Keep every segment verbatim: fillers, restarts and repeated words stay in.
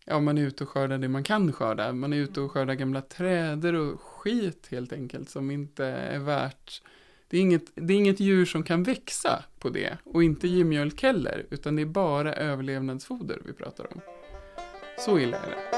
ja, man är ute och skördar det man kan skörda. Man är ute och skördar gamla trädor och skit helt enkelt som inte är värt. Det är inget, det är inget djur som kan växa på det och inte ge mjölk heller, utan det är bara överlevnadsfoder vi pratar om. Så illa är det.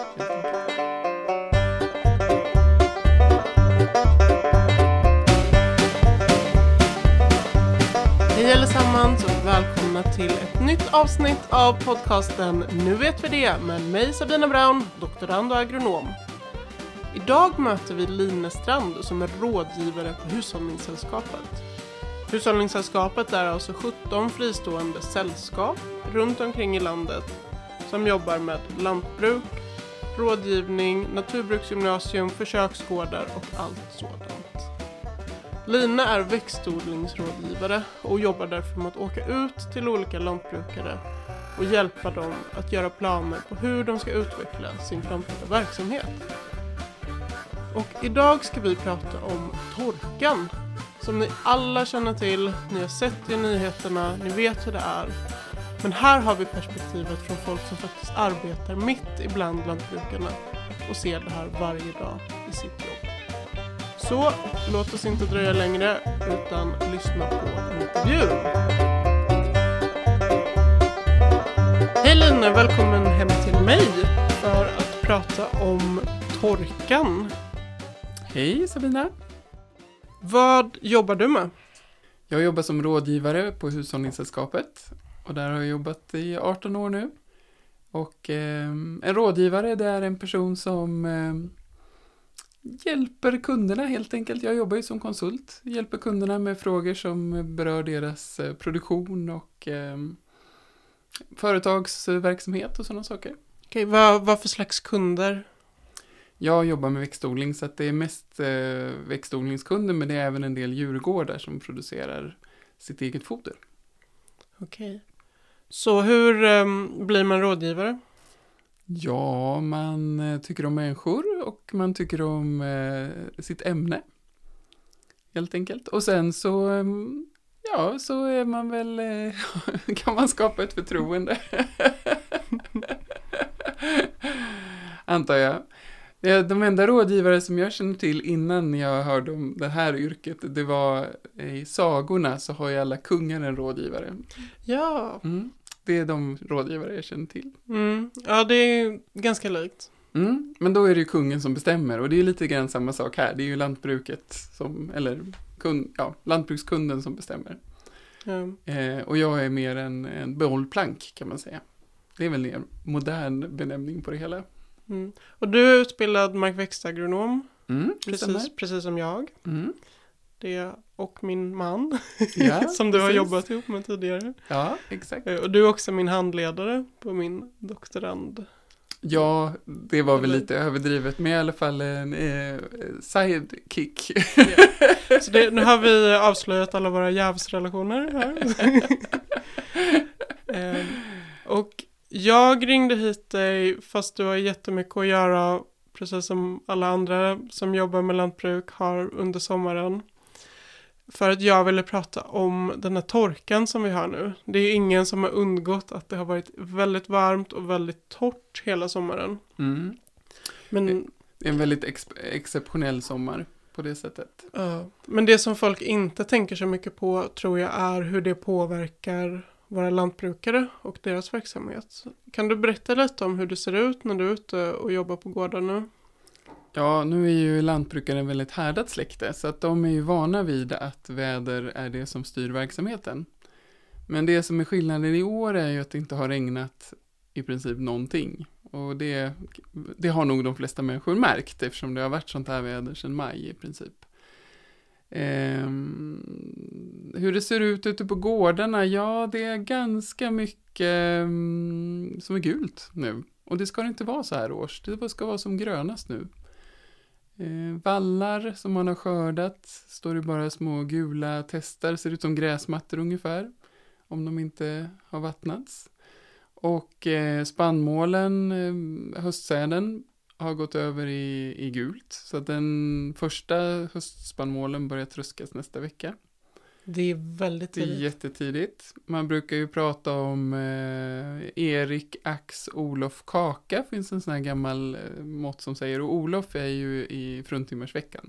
Hej allesammans och välkomna till ett nytt avsnitt av podcasten Nu vet vi det med mig Sabina Brown, doktorand och agronom. Idag möter vi Line Strand som är rådgivare på Hushållningssällskapet. Hushållningssällskapet är alltså sjutton fristående sällskap runt omkring i landet som jobbar med lantbruk, rådgivning, naturbruksgymnasium, försöksgårdar och allt sådant. Line är växtodlingsrådgivare och jobbar därför med att åka ut till olika lantbrukare och hjälpa dem att göra planer på hur de ska utveckla sin framtida verksamhet. Och idag ska vi prata om torkan, som ni alla känner till, ni har sett i nyheterna, ni vet hur det är. Men här har vi perspektivet från folk som faktiskt arbetar mitt ibland lantbrukarna och ser det här varje dag i sitt jobb. Så låt oss inte dröja längre utan lyssna på intervjun. Hej Line, välkommen hem till mig för att prata om torkan. Hej Sabina. Vad jobbar du med? Jag jobbar som rådgivare på Hushållningssällskapet och där har jag jobbat i arton år nu. Och eh, en rådgivare, det är en person som eh, hjälper kunderna helt enkelt. Jag jobbar ju som konsult, hjälper kunderna med frågor som berör deras eh, produktion och eh, företagsverksamhet och sådana saker. Okej, vad, vad för slags kunder? Jag jobbar med växtodling så att det är mest eh, växtodlingskunder, men det är även en del djurgårdar som producerar sitt eget foder. Okej. Så hur um, blir man rådgivare? Ja, man eh, tycker om människor och man tycker om eh, sitt ämne. Helt enkelt. Och sen så, eh, ja, så är man väl, eh, kan man skapa ett förtroende. Antar jag. De enda rådgivare som jag känner till innan jag hörde om det här yrket, det var i sagorna så har ju alla kungar en rådgivare. Ja. Mm. Det är de rådgivare jag känner till. Mm. Ja, det är ganska likt. Mm. Men då är det ju kungen som bestämmer och det är lite grann samma sak här. Det är ju lantbruket som, eller kund, ja, lantbrukskunden som bestämmer. Ja. Eh, och jag är mer en, en bollplank kan man säga. Det är väl en modern benämning på det hela. Mm. Och du är utbildad markväxtagronom, Mm, precis, precis som jag. Mm. Det och min man, Ja, som du har precis. jobbat ihop med tidigare. Ja, exakt. Och du är också min handledare på min doktorand. Ja, det var väl Eller? lite överdrivet, men i alla fall en eh, sidekick. Ja. Så det, nu har vi avslöjat alla våra jävsrelationer här. eh, och jag ringde hit dig fast du har jättemycket att göra, precis som alla andra som jobbar med lantbruk har under sommaren. För att jag ville prata om den här torkan som vi har nu. Det är ingen som har undgått att det har varit väldigt varmt och väldigt torrt hela sommaren. Mm. Men, Det är en väldigt ex- exceptionell sommar på det sättet. uh, men det som folk inte tänker så mycket på tror jag är hur det påverkar våra lantbrukare och deras verksamhet. Kan du berätta lite om hur det ser ut när du är ute och jobbar på gården nu? Ja, nu är ju lantbrukare en väldigt härdat släkte så att de är ju vana vid att väder är det som styr verksamheten. Men det som är skillnaden i år är ju att det inte har regnat i princip någonting. Och det, det har nog de flesta människor märkt eftersom det har varit sånt här väder sedan maj i princip. Um, hur det ser ut ute på gårdarna, ja det är ganska mycket um, som är gult nu. Och det ska det inte vara så här års, det ska vara som grönast nu. Eh, vallar som man har skördat står det bara små gula testar, ser ut som gräsmattor ungefär, om de inte har vattnats. Och eh, spannmålen, eh, höstsäden, har gått över i, i gult. Så att den första höstspannmålen börjar tröskas nästa vecka. Det är väldigt Det är tidigt. jättetidigt. Man brukar ju prata om eh, Erik, Ax, Olof, Kaka. Finns en sån här gammal eh, mått som säger. Och Olof är ju i fruntimmersveckan.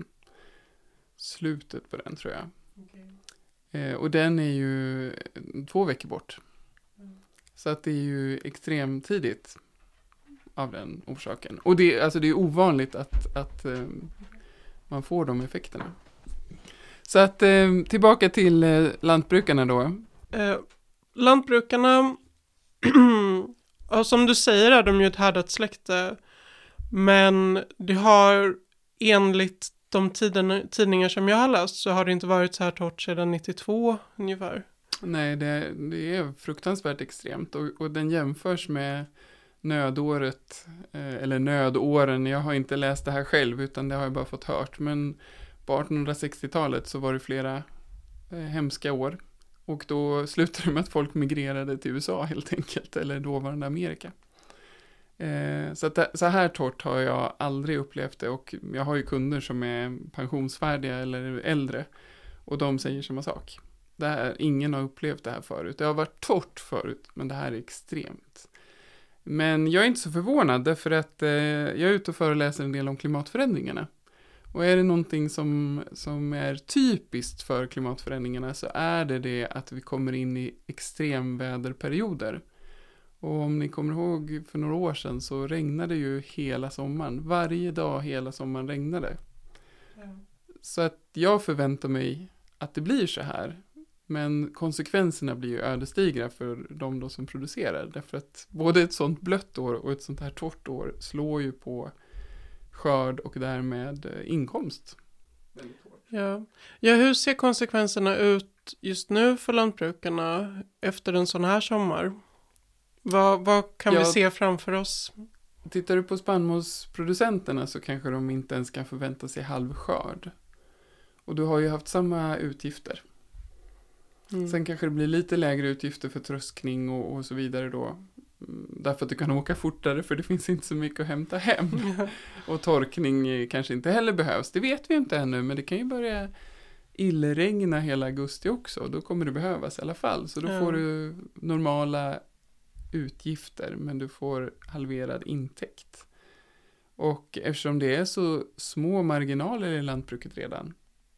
Slutet på den tror jag. Okay. Eh, och den är ju två veckor bort. Mm. Så att det är ju extremt tidigt av den orsaken. Och det, alltså det är ovanligt att, att eh, man får de effekterna. Så att eh, tillbaka till eh, lantbrukarna då. Eh, lantbrukarna, ja, som du säger är de ju ett härdat släkte. Men det har enligt de tiden, tidningar som jag har läst så har det inte varit så här torrt sedan nittiotvå ungefär. Nej, det, det är fruktansvärt extremt och, och den jämförs med nödåret, eh, eller nödåren. Jag har inte läst det här själv utan det har jag bara fått hört. Men på artonhundrasextiotalet så var det flera eh, hemska år. Och då slutade det med att folk migrerade till U S A helt enkelt, eller dåvarande Amerika. Eh, så, att det, så här torrt har jag aldrig upplevt det och jag har ju kunder som är pensionsfärdiga eller äldre och de säger samma sak. Det här, ingen har upplevt det här förut. Det har varit torrt förut, men det här är extremt. Men jag är inte så förvånad därför att eh, jag är ute och föreläser en del om klimatförändringarna. Och är det någonting som, som är typiskt för klimatförändringarna så är det det att vi kommer in i extremväderperioder. Och om ni kommer ihåg för några år sedan så regnade ju hela sommaren. Varje dag hela sommaren regnade. Ja. Så att jag förväntar mig att det blir så här. Men konsekvenserna blir ju ödesdigra för de då som producerar. Därför att både ett sånt blött år och ett sånt här torrt år slår ju på skörd och därmed inkomst. Ja. Ja, hur ser konsekvenserna ut just nu för lantbrukarna efter en sån här sommar? Vad, vad kan ja, vi se framför oss? Tittar du på spannmålsproducenterna så kanske de inte ens kan förvänta sig halv skörd. Och du har ju haft samma utgifter. Mm. Sen kanske det blir lite lägre utgifter för tröskning och, och så vidare då. Därför att du kan åka fortare för det finns inte så mycket att hämta hem. Ja. Och torkning kanske inte heller behövs. Det vet vi inte ännu, men det kan ju börja illregna hela augusti också. Då kommer det behövas i alla fall. Så då ja. får du normala utgifter, men du får halverad intäkt. Och eftersom det är så små marginaler i lantbruket redan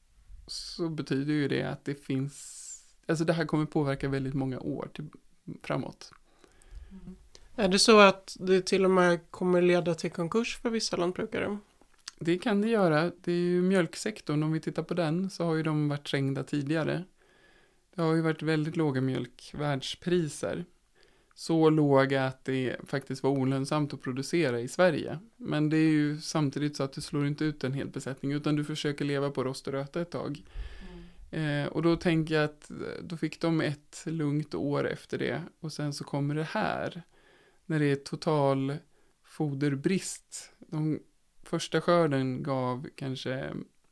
så betyder ju det att det finns, alltså det här kommer påverka väldigt många år till, framåt. Mm. Är det så att det till och med kommer leda till konkurs för vissa lantbrukare? Det kan det göra. Det är ju mjölksektorn, om vi tittar på den så har ju de varit trängda tidigare. Det har ju varit väldigt låga mjölkvärldspriser. Så låga att det faktiskt var olönsamt att producera i Sverige. Men det är ju samtidigt så att du slår inte ut en hel besättning utan du försöker leva på rost och röta ett tag. Mm. Eh, och då tänker jag att då fick de ett lugnt år efter det. Och sen så kommer det här. När det är total foderbrist. De första skörden gav kanske,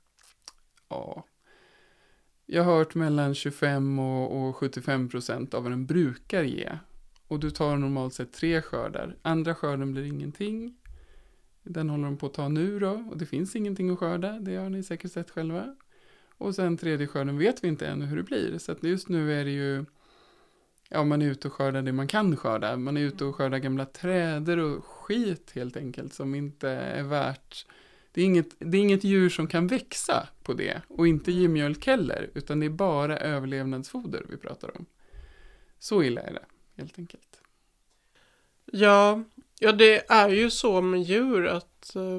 ja, jag har hört mellan tjugofem och, och sjuttiofem procent av vad den brukar ge. Och du tar normalt sett tre skördar. Andra skörden blir ingenting. Den håller de på att ta nu då. Och det finns ingenting att skörda. Det har ni säkert sett själva. Och sen tredje skörden vet vi inte ännu hur det blir. Så att just nu är det ju, ja, man är ute och skördar det man kan skörda. Man är ute och skördar gamla träder och skit helt enkelt som inte är värt. Det är inget, det är inget djur som kan växa på det. Och inte ge mjölk heller. Utan det är bara överlevnadsfoder vi pratar om. Så illa är det. Helt enkelt. Ja, ja, det är ju så med djur att uh,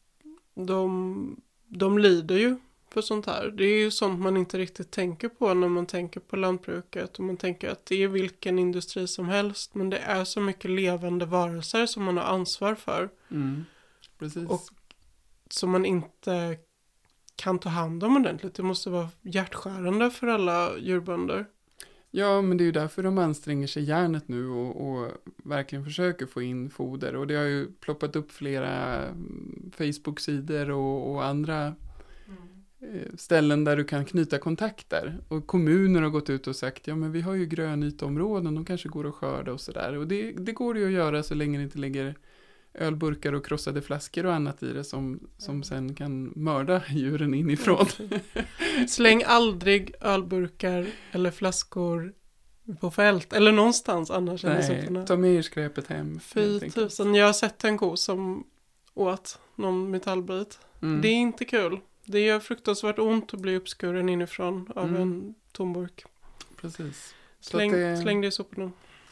de, de lider ju för sånt här. Det är ju sånt man inte riktigt tänker på när man tänker på lantbruket. Och man tänker att det är vilken industri som helst. Men det är så mycket levande varelser som man har ansvar för. Mm, precis. Och som man inte kan ta hand om ordentligt. Det måste vara hjärtskärande för alla djurbönder. Ja, men det är ju därför de anstränger sig hjärnet nu och, och verkligen försöker få in foder. Och det har ju ploppat upp flera Facebook-sidor och, och andra mm. ställen där du kan knyta kontakter. Och kommuner har gått ut och sagt, ja men vi har ju grönytområden, de kanske går att skörda och sådär. Och det, det går ju att göra så länge det inte ligger ölburkar och krossade flaskor och annat i det som, som sen kan mörda djuren inifrån. Släng aldrig ölburkar eller flaskor på fält eller någonstans annars. Nej, ta med er skräpet hem. Fy tusen, jag har sett en ko som åt någon metallbit. Mm. Det är inte kul. Det gör fruktansvärt ont att bli uppskuren inifrån av mm. en tomburk. Precis. Släng det... släng det i soporna.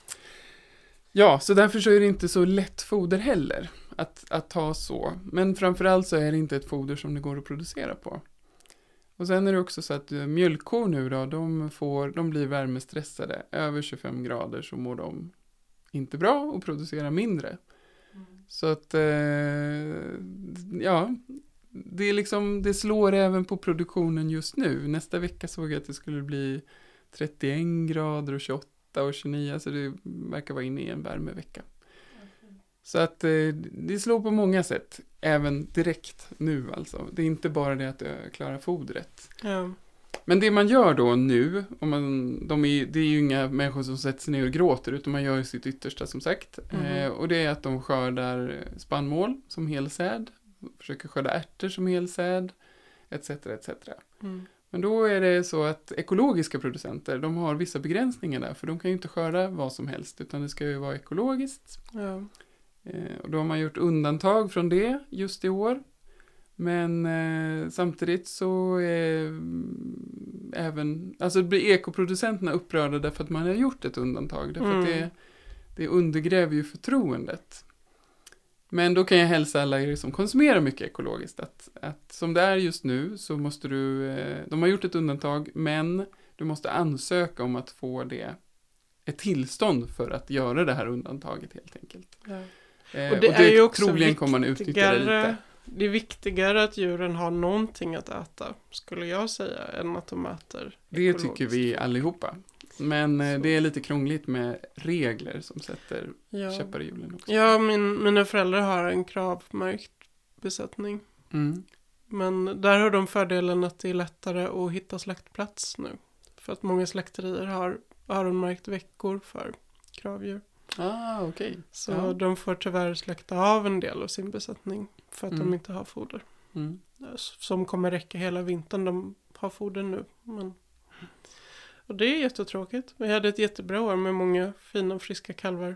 Ja, så därför så är det inte så lätt foder heller att, att ta så. Men framförallt så är det inte ett foder som det går att producera på. Och sen är det också så att mjölkkor nu då, de, får, de blir värmestressade. Över tjugofem grader så mår de inte bra och producerar mindre. Mm. Så att, eh, ja, det, är liksom, det slår även på produktionen just nu. Nästa vecka såg jag att det skulle bli trettioen grader och tjugoåtta och tjugonio, så det verkar vara inne i en värmevecka. Okay. Så att eh, det slår på många sätt, även direkt nu alltså. Det är inte bara det att klara fodret. Ja. Men det man gör då nu, om man, de är, det är ju inga människor som sätter sig ner och gråter, utan man gör ju sitt yttersta som sagt. Mm. Eh, och det är att de skördar spannmål som helsäd, försöker skörda ärtor som helsäd, et cetera et cetera. Mm. Men då är det så att ekologiska producenter, de har vissa begränsningar där, för de kan ju inte skörda vad som helst, utan det ska ju vara ekologiskt. Ja. Eh, och då har man gjort undantag från det just i år. Men eh, samtidigt så är mm, även, alltså blir ekoproducenterna upprörda därför att man har gjort ett undantag. Därför mm. att det, det undergräver ju förtroendet. Men då kan jag hälsa alla er som konsumerar mycket ekologiskt att, att som det är just nu så måste du, eh, de har gjort ett undantag, men du måste ansöka om att få det, ett tillstånd för att göra det här undantaget helt enkelt. Ja. Eh, och det, och det är ju också troligen kommer man utnyttja det lite. Det är viktigare att djuren har någonting att äta, skulle jag säga, än att de äter det tycker vi allihopa. Men så. Det är lite krångligt med regler som sätter ja. käppar i hjulen också. Ja, min, mina föräldrar har en kravmärkt besättning. Mm. Men där har de fördelen att det är lättare att hitta slaktplats nu. För att många slakterier har öronmärkt veckor för kravdjur. Ah, okej. Okay. Så ja. de får tyvärr släkta av en del av sin besättning för att mm. de inte har foder. Mm. Som kommer räcka hela vintern. De har foder nu. Men... Och det är jättetråkigt. Vi hade ett jättebra år med många fina friska kalvar.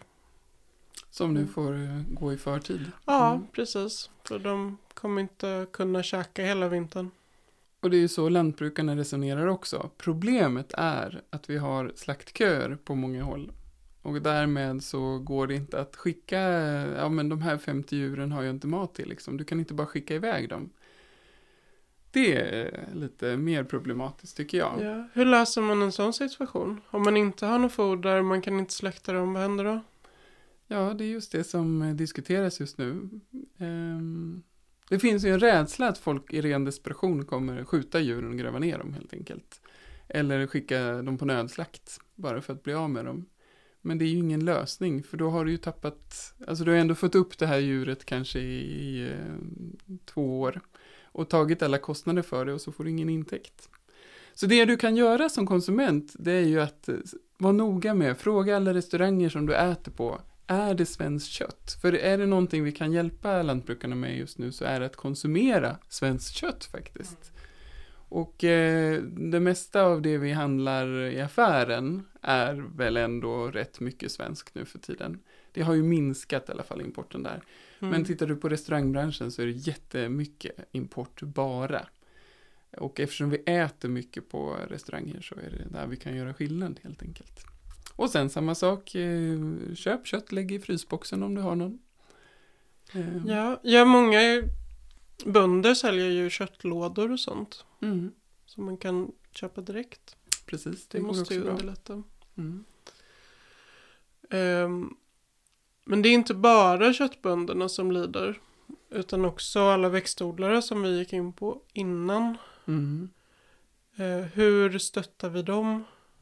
Som nu får uh, gå i förtid. Mm. Ja, precis. För de kommer inte kunna käka hela vintern. Och det är ju så lantbrukarna resonerar också. Problemet är att vi har slaktköer på många håll. Och därmed så går det inte att skicka, ja men de här femtio djuren har jag inte mat till liksom. Du kan inte bara skicka iväg dem. Det är lite mer problematiskt tycker jag. Ja. Hur löser man en sån situation? Om man inte har något foder, man kan inte släkta dem, vad händer då? Ja, det är just det som diskuteras just nu. Um, det finns ju en rädsla att folk i ren desperation kommer skjuta djuren och gräva ner dem helt enkelt. Eller skicka dem på nödslakt bara för att bli av med dem. Men det är ju ingen lösning, för då har du ju tappat, alltså du har ändå fått upp det här djuret kanske i, i eh, två år och tagit alla kostnader för det och så får du ingen intäkt. Så det du kan göra som konsument, det är ju att vara noga med, fråga alla restauranger som du äter på, är det svenskt kött? För är det någonting vi kan hjälpa lantbrukarna med just nu så är det att konsumera svenskt kött faktiskt. Och eh, det mesta av det vi handlar i affären är väl ändå rätt mycket svenskt nu för tiden. Det har ju minskat i alla fall importen där. Mm. Men tittar du på restaurangbranschen så är det jättemycket import bara. Och eftersom vi äter mycket på restauranger så är det där vi kan göra skillnad helt enkelt. Och sen samma sak, eh, köp kött, lägg i frysboxen om du har någon. Eh. Ja, ja, många bönder säljer ju köttlådor och sånt. Mm. Som man kan köpa direkt. Precis, det, det måste ju bra. underlätta. Mm. Um, men det är inte bara köttbönderna som lider. Utan också alla växtodlare som vi gick in på innan. Mm. Uh, hur stöttar vi dem?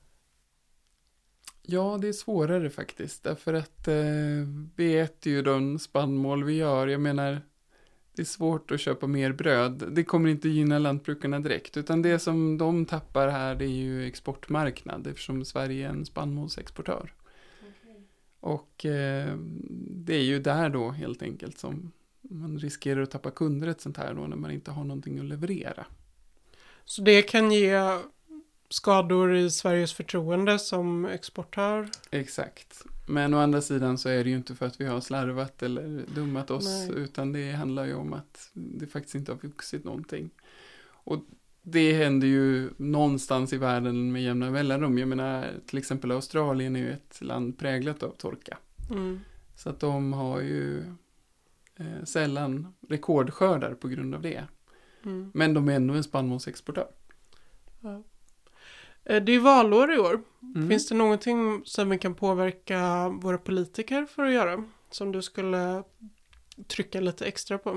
Ja, det är svårare faktiskt. Därför att eh, vi äter ju de spannmål vi gör. Jag menar, det är svårt att köpa mer bröd. Det kommer inte gynna lantbrukarna direkt. Utan det som de tappar här, det är ju exportmarknad. Eftersom Sverige är en spannmålsexportör. Okay. Och eh, det är ju där då helt enkelt som man riskerar att tappa kunder ett sånt här då när man inte har någonting att leverera. Så det kan ge skador i Sveriges förtroende som exportör? Exakt. Men å andra sidan så är det ju inte för att vi har slarvat eller dummat oss. Nej. Utan det handlar ju om att det faktiskt inte har vuxit någonting. Och det händer ju någonstans i världen med jämna mellanrum. Jag menar till exempel Australien är ju ett land präglat av torka. Mm. Så att de har ju eh, sällan rekordskördar på grund av det. Mm. Men de är ändå en spannmålsexportör. Ja. Det är valår i år. Mm. Finns det någonting som vi kan påverka våra politiker för att göra? Som du skulle trycka lite extra på?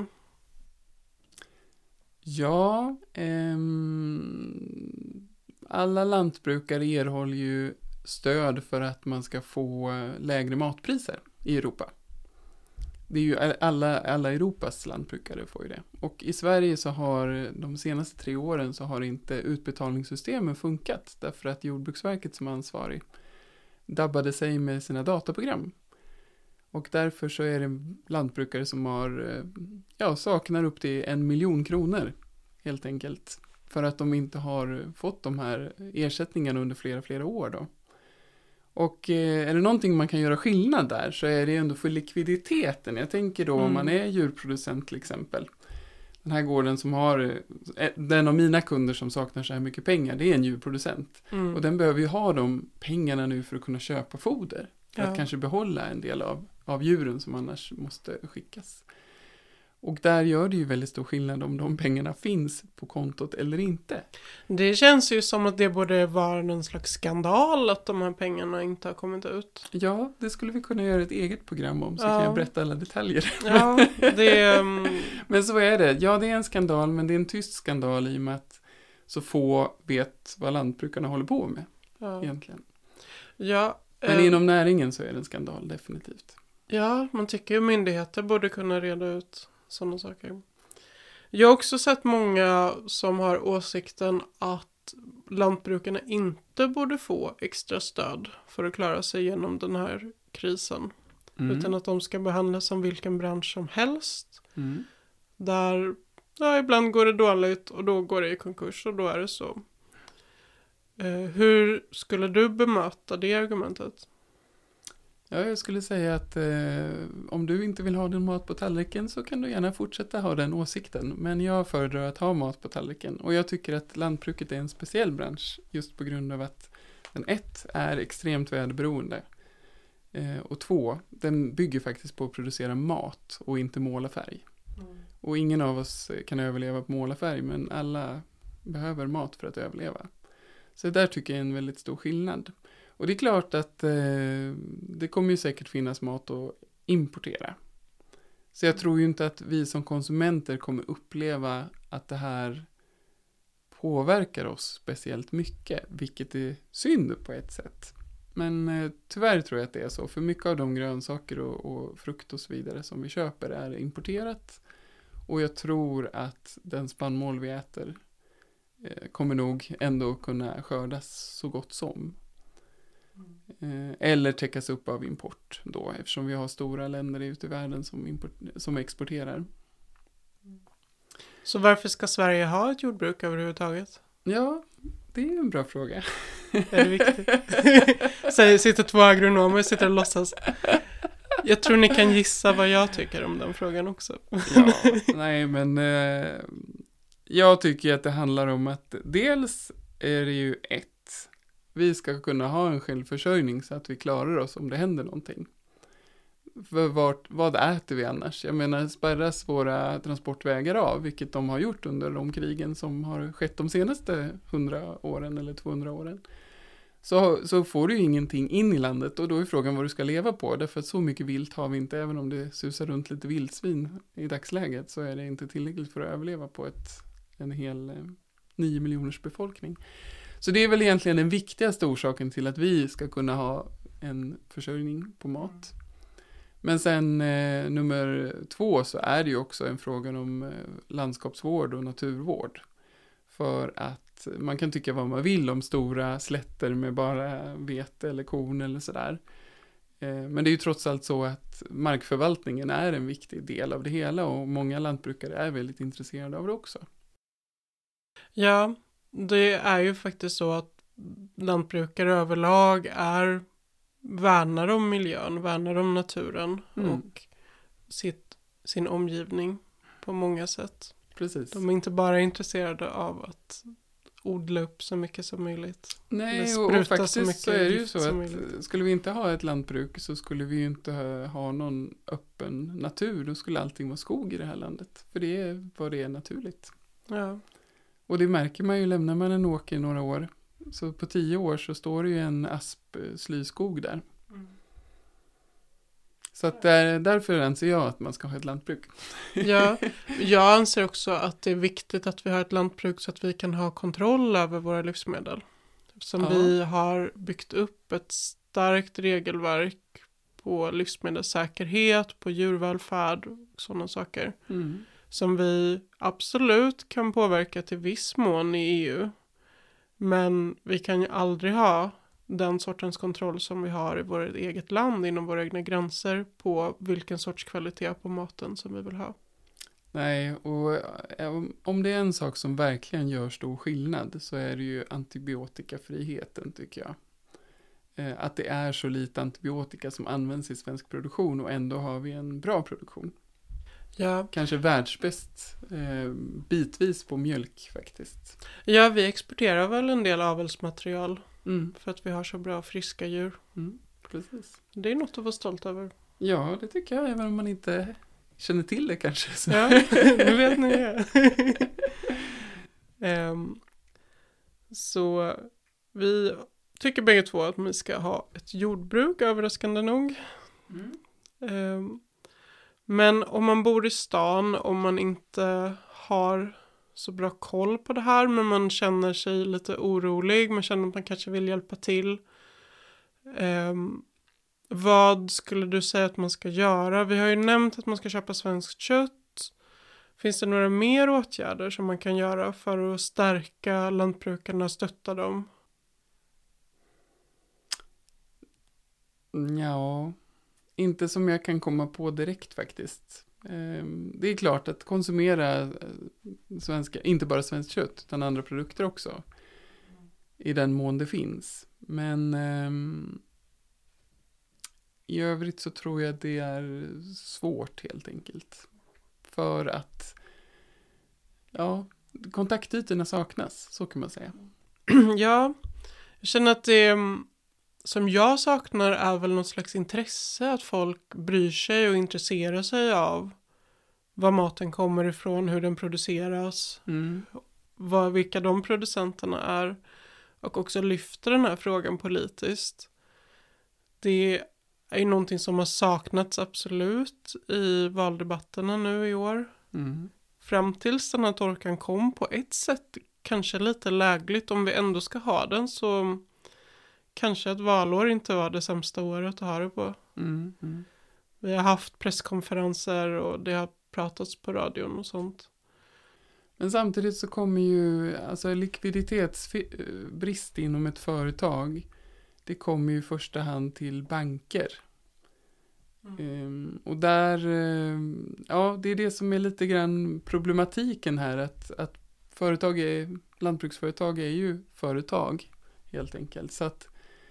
Ja, ehm, alla lantbrukare erhåller ju stöd för att man ska få lägre matpriser i Europa. Det är ju alla, alla Europas lantbrukare får ju det. Och i Sverige så har de senaste tre åren så har inte utbetalningssystemen funkat. Därför att Jordbruksverket som ansvarig dabbade sig med sina dataprogram. Och därför så är det lantbrukare som har, ja, saknar upp till en miljon kronor helt enkelt. För att de inte har fått de här ersättningarna under flera, flera år då. Och eh, är det någonting man kan göra skillnad där så är det ändå för likviditeten. Jag tänker då mm. om man är djurproducent till exempel. Den här gården som har, den av mina kunder som saknar så här mycket pengar, det är en djurproducent. Mm. Och den behöver ju ha de pengarna nu för att kunna köpa foder. För ja. Att kanske behålla en del av, av djuren som annars måste skickas. Och där gör det ju väldigt stor skillnad om de pengarna finns på kontot eller inte. Det känns ju som att det borde vara någon slags skandal att de här pengarna inte har kommit ut. Ja, det skulle vi kunna göra ett eget program om så ja. Kan jag berätta alla detaljer. Ja, det, um... men så är det. Ja, det är en skandal men det är en tyst skandal i och med att så få vet vad lantbrukarna håller på med ja. Egentligen. Ja, men um... inom näringen så är det en skandal definitivt. Ja, man tycker ju myndigheter borde kunna reda ut sådana saker. Jag har också sett många som har åsikten att lantbrukarna inte borde få extra stöd för att klara sig igenom den här krisen. Mm. Utan att de ska behandlas som vilken bransch som helst. Mm. Där ja, ibland går det dåligt och då går det i konkurs och då är det så. Eh, hur skulle du bemöta det argumentet? Ja, jag skulle säga att eh, om du inte vill ha din mat på tallriken så kan du gärna fortsätta ha den åsikten. Men jag föredrar att ha mat på tallriken. Och jag tycker att lantbruket är en speciell bransch just på grund av att den ett är extremt väderberoende. Eh, och två, den bygger faktiskt på att producera mat och inte måla färg. Mm. Och ingen av oss kan överleva på måla färg men alla behöver mat för att överleva. Så där tycker jag är en väldigt stor skillnad. Och det är klart att eh, det kommer ju säkert finnas mat att importera. Så jag tror ju inte att vi som konsumenter kommer uppleva att det här påverkar oss speciellt mycket. Vilket är synd på ett sätt. Men eh, tyvärr tror jag att det är så. För mycket av de grönsaker och, och frukt och så vidare som vi köper är importerat. Och jag tror att den spannmål vi äter eh, kommer nog ändå kunna skördas så gott som. Eller täckas upp av import då, eftersom vi har stora länder ute i världen som, import, som exporterar. Så varför ska Sverige ha ett jordbruk överhuvudtaget? Ja, det är en bra fråga. Är det viktigt? Så sitter två agronomer och sitter och låtsas. Jag tror ni kan gissa vad jag tycker om den frågan också. Ja, nej men eh, jag tycker att det handlar om att dels är det ju ett vi ska kunna ha en självförsörjning så att vi klarar oss om det händer någonting. För vart, vad äter vi annars? Jag menar, spärras våra transportvägar av, vilket de har gjort under de krigen som har skett de senaste hundra åren eller tvåhundra åren. Så, så får du ju ingenting in i landet och då är frågan vad du ska leva på. Därför att så mycket vilt har vi inte, även om det susar runt lite vildsvin i dagsläget så är det inte tillräckligt för att överleva på ett, en hel eh, nio miljoners befolkning. Så det är väl egentligen den viktigaste orsaken till att vi ska kunna ha en försörjning på mat. Men sen eh, nummer två så är det ju också en fråga om eh, landskapsvård och naturvård. För att man kan tycka vad man vill om stora slätter med bara vete eller korn eller sådär. Men det är ju trots allt så att markförvaltningen är en viktig del av det hela och många lantbrukare är väldigt intresserade av det också. Ja, det är ju faktiskt så att lantbrukare överlag är värnar om miljön, värnar om naturen mm. och sitt, sin omgivning på många sätt. Precis. De är inte bara intresserade av att odla upp så mycket som möjligt. Nej, och, och faktiskt så, så är det ju så att möjligt. Skulle vi inte ha ett lantbruk så skulle vi ju inte ha, ha någon öppen natur. Då skulle allting vara skog i det här landet. För det är vad det är naturligt. Ja. Och det märker man ju, lämnar man en åker några år. Så på tio år så står det ju en asp-slyskog där. Mm. Så att där, därför anser jag att man ska ha ett lantbruk. Ja, jag anser också att det är viktigt att vi har ett lantbruk så att vi kan ha kontroll över våra livsmedel. Eftersom ja. vi har byggt upp ett starkt regelverk på livsmedelssäkerhet, på djurvälfärd och sådana saker. Mm. Som vi absolut kan påverka till viss mån i E U. Men vi kan ju aldrig ha den sortens kontroll som vi har i vårt eget land, inom våra egna gränser, på vilken sorts kvalitet på maten som vi vill ha. Nej, och om det är en sak som verkligen gör stor skillnad så är det ju antibiotikafriheten, tycker jag. Att det är så lite antibiotika som används i svensk produktion och ändå har vi en bra produktion. Ja. Kanske världsbäst eh, bitvis på mjölk faktiskt. Ja, vi exporterar väl en del avelsmaterial mm. för att vi har så bra friska djur. Mm, precis. Det är något att vara stolt över. Ja, det tycker jag, även om man inte känner till det kanske. Så. Ja, nu vet ni det. um, så vi tycker bägge två att vi ska ha ett jordbruk, överraskande nog. Mm. Um, Men om man bor i stan, om man inte har så bra koll på det här, men man känner sig lite orolig, man känner att man kanske vill hjälpa till. Eh, vad skulle du säga att man ska göra? Vi har ju nämnt att man ska köpa svenskt kött. Finns det några mer åtgärder som man kan göra för att stärka lantbrukarna och stötta dem? Ja... Inte som jag kan komma på direkt faktiskt. Det är klart att konsumera svenska, inte bara svenskt kött utan andra produkter också. I den mån det finns. Men i övrigt så tror jag det är svårt helt enkelt. För att ja, kontaktytorna saknas, så kan man säga. Ja, jag känner att det som jag saknar är väl något slags intresse, att folk bryr sig och intresserar sig av var maten kommer ifrån, hur den produceras, mm. vad, vilka de producenterna är, och också lyfter den här frågan politiskt. Det är ju någonting som har saknats absolut i valdebatterna nu i år. Mm. Fram tills den här torkan kom, på ett sätt kanske lite lägligt, om vi ändå ska ha den, så kanske ett valår inte var det sämsta året att ha det på. Mm, mm. Vi har haft presskonferenser och det har pratats på radion och sånt. Men samtidigt så kommer ju alltså likviditetsbrist inom ett företag, det kommer ju i första hand till banker. Mm. Um, och där, um, ja, det är det som är lite grann problematiken här, att, att företag är, lantbruksföretag är ju företag helt enkelt. Så att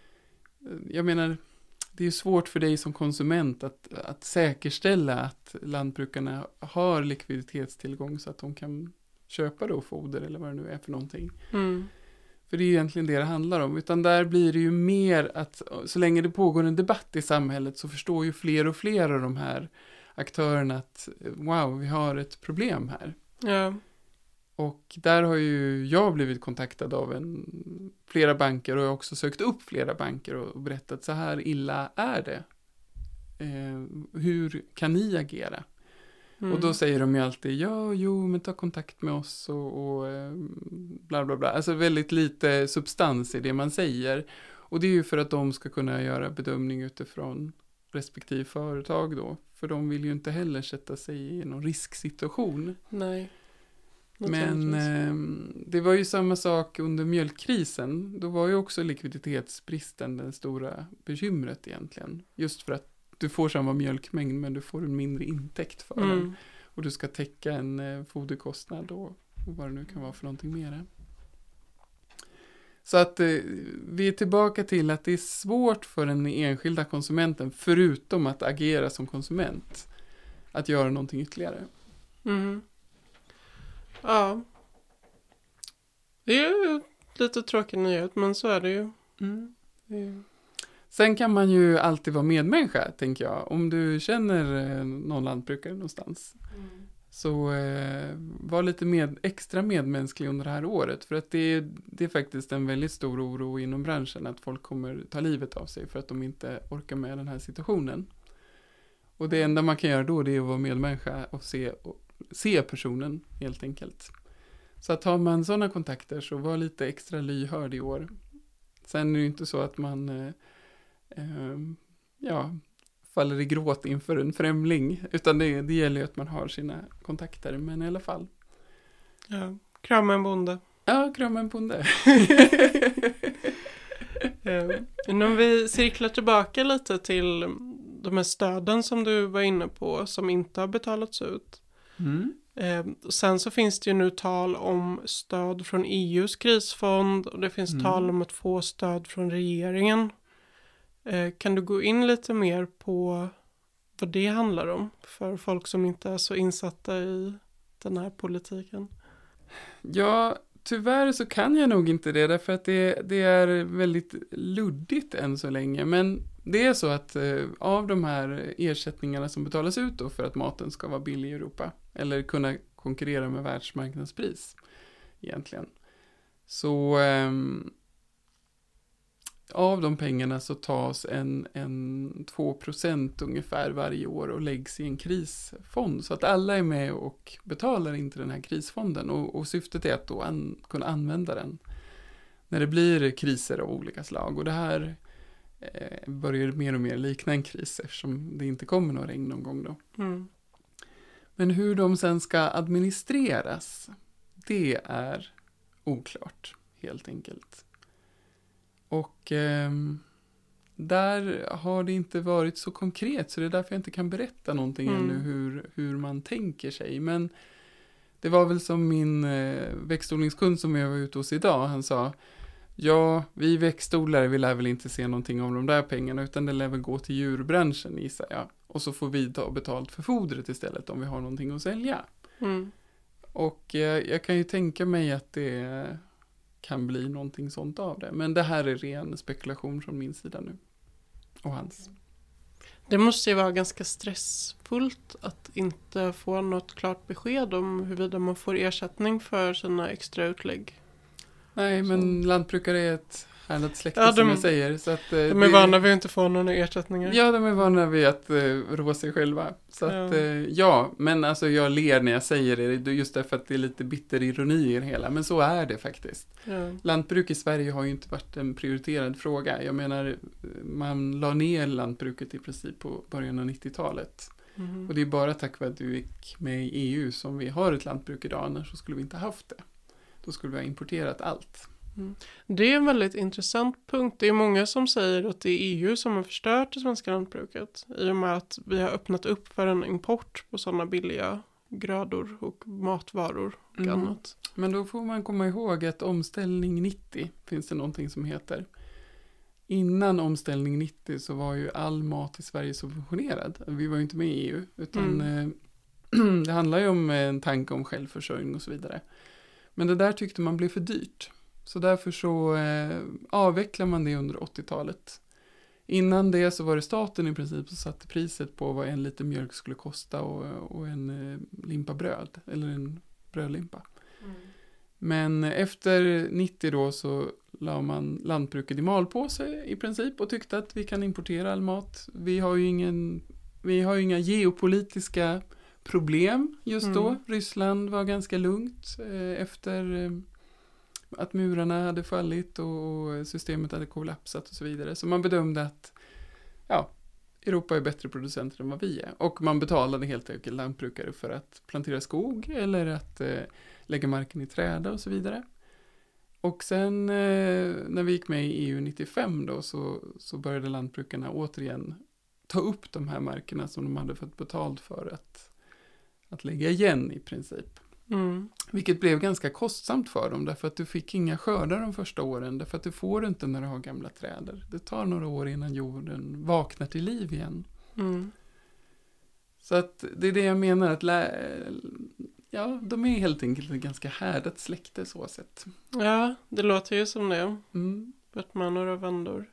jag menar, det är ju svårt för dig som konsument att, att säkerställa att lantbrukarna har likviditetstillgång så att de kan köpa då foder eller vad det nu är för någonting. Mm. För det är ju egentligen det det handlar om. Utan där blir det ju mer att så länge det pågår en debatt i samhället så förstår ju fler och fler av de här aktörerna att wow, vi har ett problem här. Ja. Och där har ju jag blivit kontaktad av en, flera banker och jag har också sökt upp flera banker och berättat så här illa är det. Eh, hur kan ni agera? Mm. Och då säger de ju alltid ja, jo, men ta kontakt med oss och, och eh, bla bla bla. Alltså väldigt lite substans i det man säger. Och det är ju för att de ska kunna göra bedömning utifrån respektive företag då. För de vill ju inte heller sätta sig i någon risksituation. Nej. Men eh, det var ju samma sak under mjölkkrisen. Då var ju också likviditetsbristen den stora bekymret egentligen. Just för att du får samma mjölkmängd men du får en mindre intäkt för mm. den. Och du ska täcka en eh, foderkostnad och, och vad det nu kan vara för någonting mer. Så att eh, vi är tillbaka till att det är svårt för den enskilda konsumenten, förutom att agera som konsument, att göra någonting ytterligare. Mm. Ja. Det är ju lite tråkig nyhet, men så är det ju. Mm. Det... Sen kan man ju alltid vara medmänniska, tänker jag. Om du känner eh, någon lantbrukare någonstans. Mm. Så eh, var lite med, extra medmänsklig under det här året. För att det, det är faktiskt en väldigt stor oro inom branschen att folk kommer ta livet av sig för att de inte orkar med den här situationen. Och det enda man kan göra då, det är att vara medmänniska och se, och se personen helt enkelt. Så att har man sådana kontakter så var lite extra lyhörd i år. Sen är det ju inte så att man eh, eh, ja, faller i gråt inför en främling. Utan det, det gäller ju att man har sina kontakter. Men i alla fall. Ja, krama en bonde. Ja, krama en bonde. ja. Om vi cirklar tillbaka lite till de här stöden som du var inne på. Som inte har betalats ut. Mm. Eh, sen så finns det ju nu tal om stöd från E U:s krisfond. Och det finns mm. tal om att få stöd från regeringen. Eh, kan du gå in lite mer på vad det handlar om för folk som inte är så insatta i den här politiken? Ja, tyvärr så kan jag nog inte det, därför att det, det är väldigt luddigt än så länge. Men det är så att eh, av de här ersättningarna som betalas ut då för att maten ska vara billig i Europa, eller kunna konkurrera med världsmarknadspris egentligen, så eh, av de pengarna så tas en, en två procent ungefär varje år och läggs i en krisfond. Så att alla är med och betalar in till den här krisfonden. Och, och syftet är att då an, kunna använda den när det blir kriser av olika slag. Och det här eh, börjar mer och mer likna en kris eftersom det inte kommer någon regn någon gång då. Mm. Men hur de sen ska administreras, det är oklart helt enkelt. Och eh, där har det inte varit så konkret, så det är därför jag inte kan berätta någonting mm. ännu hur, hur man tänker sig. Men det var väl som min eh, växtodlingskund som jag var ute hos idag, han sa, ja, vi växtodlare vi lär väl inte se någonting om de där pengarna, utan det lär väl gå till djurbranschen, gissar jag. Och så får vi ta betalt för fodret istället om vi har någonting att sälja. Mm. Och eh, jag kan ju tänka mig att det kan bli någonting sånt av det. Men det här är ren spekulation från min sida nu. Och hans. Det måste ju vara ganska stressfullt att inte få något klart besked om huruvida man får ersättning för sina extra utlägg. Nej, men så. Lantbrukare är ett härligt släkte ja, de, som jag säger. Så att, de är det, vana vid att inte få några ersättningar. Ja, de är vana vid att uh, rå sig själva. Så ja. Att, uh, ja, men alltså jag ler när jag säger det. Just därför att det är lite bitter ironi i det hela. Men så är det faktiskt. Ja. Lantbruk i Sverige har ju inte varit en prioriterad fråga. Jag menar, man la ner lantbruket i princip på början av nittiotalet. Mm. Och det är bara tack vare att du gick med i E U som vi har ett lantbruk idag. Annars så skulle vi inte haft det. Då skulle vi ha importerat allt. Mm. Det är en väldigt intressant punkt. Det är många som säger att det är E U som har förstört det svenska lantbruket. I och med att vi har öppnat upp för en import på sådana billiga grödor och matvaror och mm. annat. Men då får man komma ihåg att omställning nittio finns det någonting som heter. Innan omställning nittio så var ju all mat i Sverige subventionerad. Vi var ju inte med i E U. Utan mm. eh, det handlar ju om en tanke om självförsörjning och så vidare. Men det där tyckte man blev för dyrt. Så därför så eh, avvecklar man det under åttiotalet. Innan det så var det staten i princip som satte priset på vad en liter mjölk skulle kosta och, och en eh, limpa bröd. Eller en brödlimpa. Mm. Men efter nittio då så la man lantbruket i malpåse i princip. Och tyckte att vi kan importera all mat. Vi har ju, ingen, vi har ju inga geopolitiska problem just då. Mm. Ryssland var ganska lugnt eh, efter... Eh, att murarna hade fallit och systemet hade kollapsat och så vidare. Så man bedömde att ja, Europa är bättre producenter än vad vi är. Och man betalade helt enkelt lantbrukare för att plantera skog eller att eh, lägga marken i träda och så vidare. Och sen eh, när vi gick med i E U nittiofem då så, så började lantbrukarna återigen ta upp de här markerna som de hade fått betalt för att, att lägga igen i princip. Mm. Vilket blev ganska kostsamt för dem därför att du fick inga skördar de första åren därför att du får inte när du har gamla träd. Det tar några år innan jorden vaknar till liv igen. Mm. Så att det är det jag menar att lä- ja, de är helt enkelt ett ganska härdat släkte så sett. Ja, det låter ju som det. Mm. Börtmanor och vandor.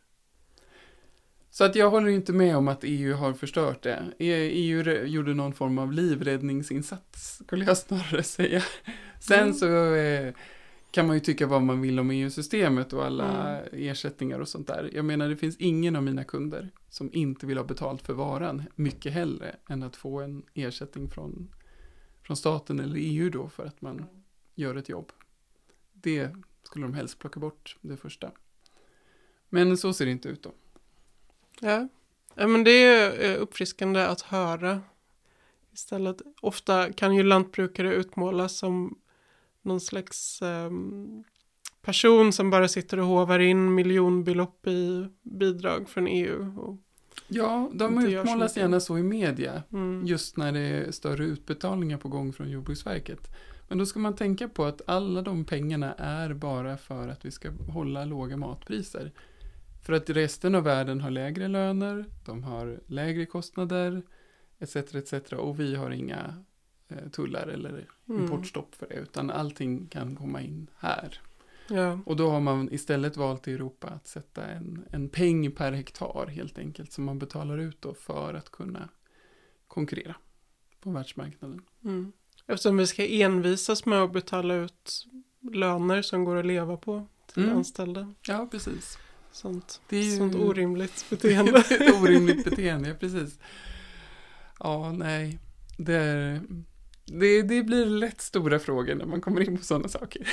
Så att jag håller inte med om att E U har förstört det. E U gjorde någon form av livräddningsinsats, skulle jag snarare säga. Sen Mm. så eh, kan man ju tycka vad man vill om E U-systemet och alla Mm. ersättningar och sånt där. Jag menar, det finns ingen av mina kunder som inte vill ha betalt för varan mycket hellre än att få en ersättning från, från staten eller E U då för att man gör ett jobb. Det skulle de helst plocka bort, det första. Men så ser det inte ut då. Ja. Ja, men det är uppfriskande att höra. Istället, ofta kan ju lantbrukare utmålas som någon slags um, person som bara sitter och hovar in miljonbelopp i bidrag från E U. Och ja, de inte gör så utmålas mycket. gärna så i media. Mm. Just när det är större utbetalningar på gång från Jordbruksverket. Men då ska man tänka på att alla de pengarna är bara för att vi ska hålla låga matpriser. För att resten av världen har lägre löner, de har lägre kostnader, et cetera et cetera. Och vi har inga eh, tullar eller Mm. importstopp för det, utan allting kan komma in här. Ja. Och då har man istället valt i Europa att sätta en, en peng per hektar helt enkelt som man betalar ut då för att kunna konkurrera på världsmarknaden. Mm. Eftersom vi ska envisas med att betala ut löner som går att leva på till Mm. anställda. Ja, precis. Sånt, Det är ju- sånt orimligt beteende. Ett orimligt beteende, ja, precis. Ja, nej. Det, är, det, det blir lätt stora frågor när man kommer in på sådana saker.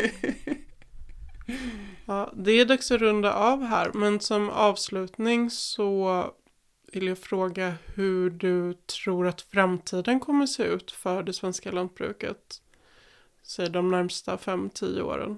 Ja, det är dags att runda av här, men som avslutning så vill jag fråga hur du tror att framtiden kommer se ut för det svenska lantbruket, säg de närmsta fem till tio åren.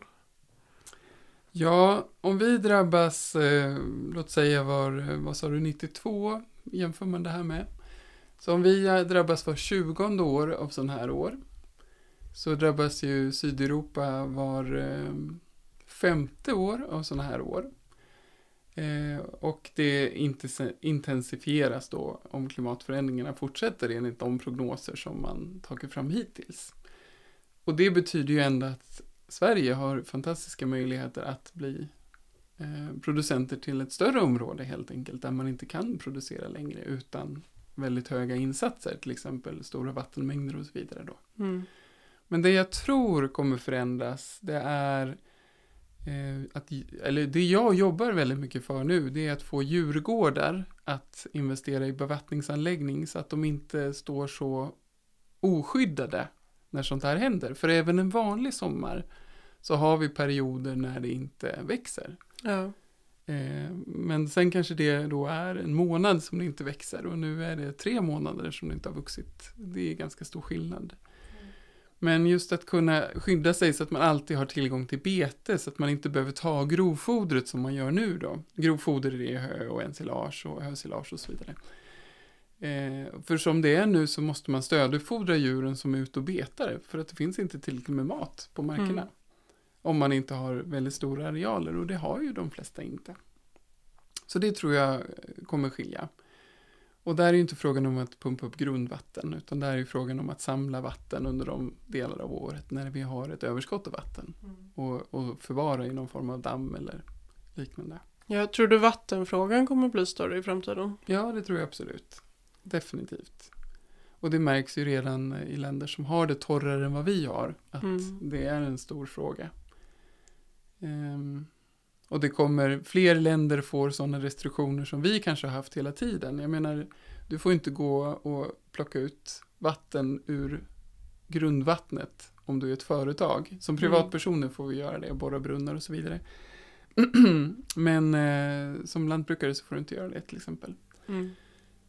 Ja, om vi drabbas, eh, låt säga var, vad sa du, nittiotvå jämför man det här med. Så om vi drabbas var tjugonde år av sån här år så drabbas ju Sydeuropa var eh, femte år av såna här år. Eh, och det inte intensifieras då om klimatförändringarna fortsätter enligt de prognoser som man tagit fram hittills. Och det betyder ju ändå att Sverige har fantastiska möjligheter att bli eh, producenter till ett större område helt enkelt, där man inte kan producera längre utan väldigt höga insatser, till exempel stora vattenmängder och så vidare då. Mm. Men det jag tror kommer förändras, det är eh, att, eller det jag jobbar väldigt mycket för nu, det är att få djurgårdar att investera i bevattningsanläggning så att de inte står så oskyddade när sånt här händer. För även en vanlig sommar så har vi perioder när det inte växer. Ja. Eh, men sen kanske det då är en månad som det inte växer och nu är det tre månader som det inte har vuxit. Det är ganska stor skillnad. Men just att kunna skydda sig så att man alltid har tillgång till bete så att man inte behöver ta grovfodret som man gör nu då. Grovfoder är hö och ensilage och hösilage och så vidare. Eh, för som det är nu så måste man stödfodra djuren som är ute och betar för att det finns inte tillräckligt med mat på markerna. Mm. Om man inte har väldigt stora arealer och det har ju de flesta inte. Så det tror jag kommer skilja. Och där är ju inte frågan om att pumpa upp grundvatten utan där är ju frågan om att samla vatten under de delar av året när vi har ett överskott av vatten. Mm. Och, och förvara i någon form av damm eller liknande. Jag tror du vattenfrågan kommer bli större i framtiden? Ja, det tror jag absolut. Definitivt. Och det märks ju redan i länder som har det torrare än vad vi har. Att Mm. det är en stor fråga. Um, och det kommer, fler länder får sådana restriktioner som vi kanske har haft hela tiden. Jag menar, du får inte gå och plocka ut vatten ur grundvattnet om du är ett företag. Som privatpersoner får vi göra det, borra brunnar och så vidare. Men eh, som lantbrukare så får du inte göra det till exempel. Mm.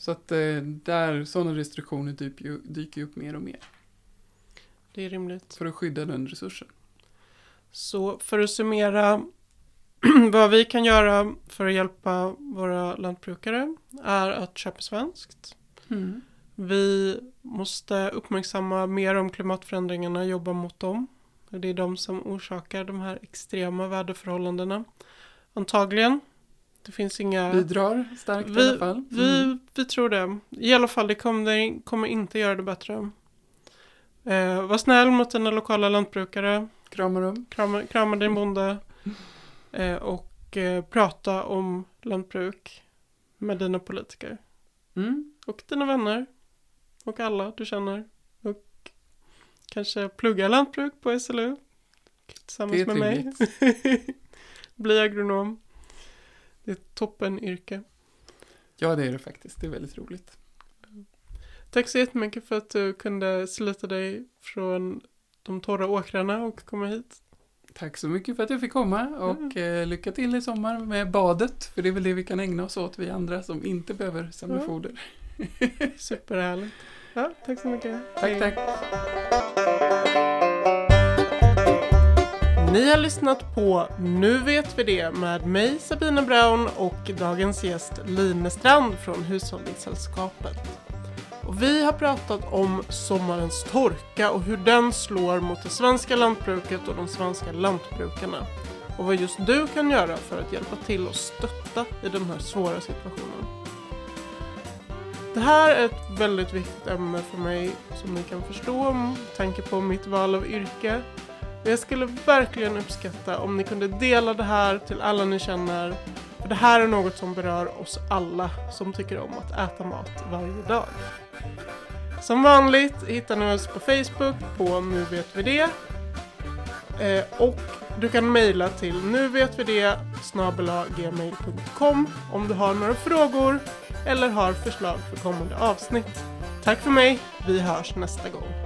Så att eh, där sådana restriktioner dyker ju, dyker upp mer och mer. Det är rimligt. För att skydda den resursen. Så för att summera vad vi kan göra för att hjälpa våra lantbrukare är att köpa svenskt. Mm. Vi måste uppmärksamma mer om klimatförändringarna, jobba mot dem. Det är de som orsakar de här extrema väderförhållandena. Antagligen. Det finns inga... Bidrar starkt vi, i alla fall. Mm. Vi, vi tror det. I alla fall, det kommer, kommer inte göra det bättre. Eh, var snäll mot dina lokala lantbrukare. Krama dem. Krama, krama din bonde. Eh, och eh, prata om lantbruk med dina politiker. Mm. Och dina vänner. Och alla du känner. Och kanske plugga lantbruk på S L U. Tillsammans med mig. Bli agronom. Det är ett toppen yrke. Ja, det är det faktiskt. Det är väldigt roligt. Tack så jättemycket för att du kunde sluta dig från de torra åkrarna och komma hit. Tack så mycket för att jag fick komma och mm. eh, lycka till i sommar med badet. För det är väl det vi kan ägna oss åt, vi andra som inte behöver samla ja. foder. Superhärligt. Ja, tack så mycket. Tack, Hej. tack. Ni har lyssnat på Nu vet vi det med mig Sabina Brown och dagens gäst Line Strand från Hushållningssällskapet. Och vi har pratat om sommarens torka och hur den slår mot det svenska lantbruket och de svenska lantbrukarna. Och vad just du kan göra för att hjälpa till och stötta i den här svåra situationen. Det här är ett väldigt viktigt ämne för mig som ni kan förstå med tanke på mitt val av yrke. Jag skulle verkligen uppskatta om ni kunde dela det här till alla ni känner. För det här är något som berör oss alla som tycker om att äta mat varje dag. Som vanligt hittar ni oss på Facebook på Nu vet vi det. Eh, och du kan mejla till nuvetvd snabel-a gmail punkt com om du har några frågor eller har förslag för kommande avsnitt. Tack för mig, vi hörs nästa gång.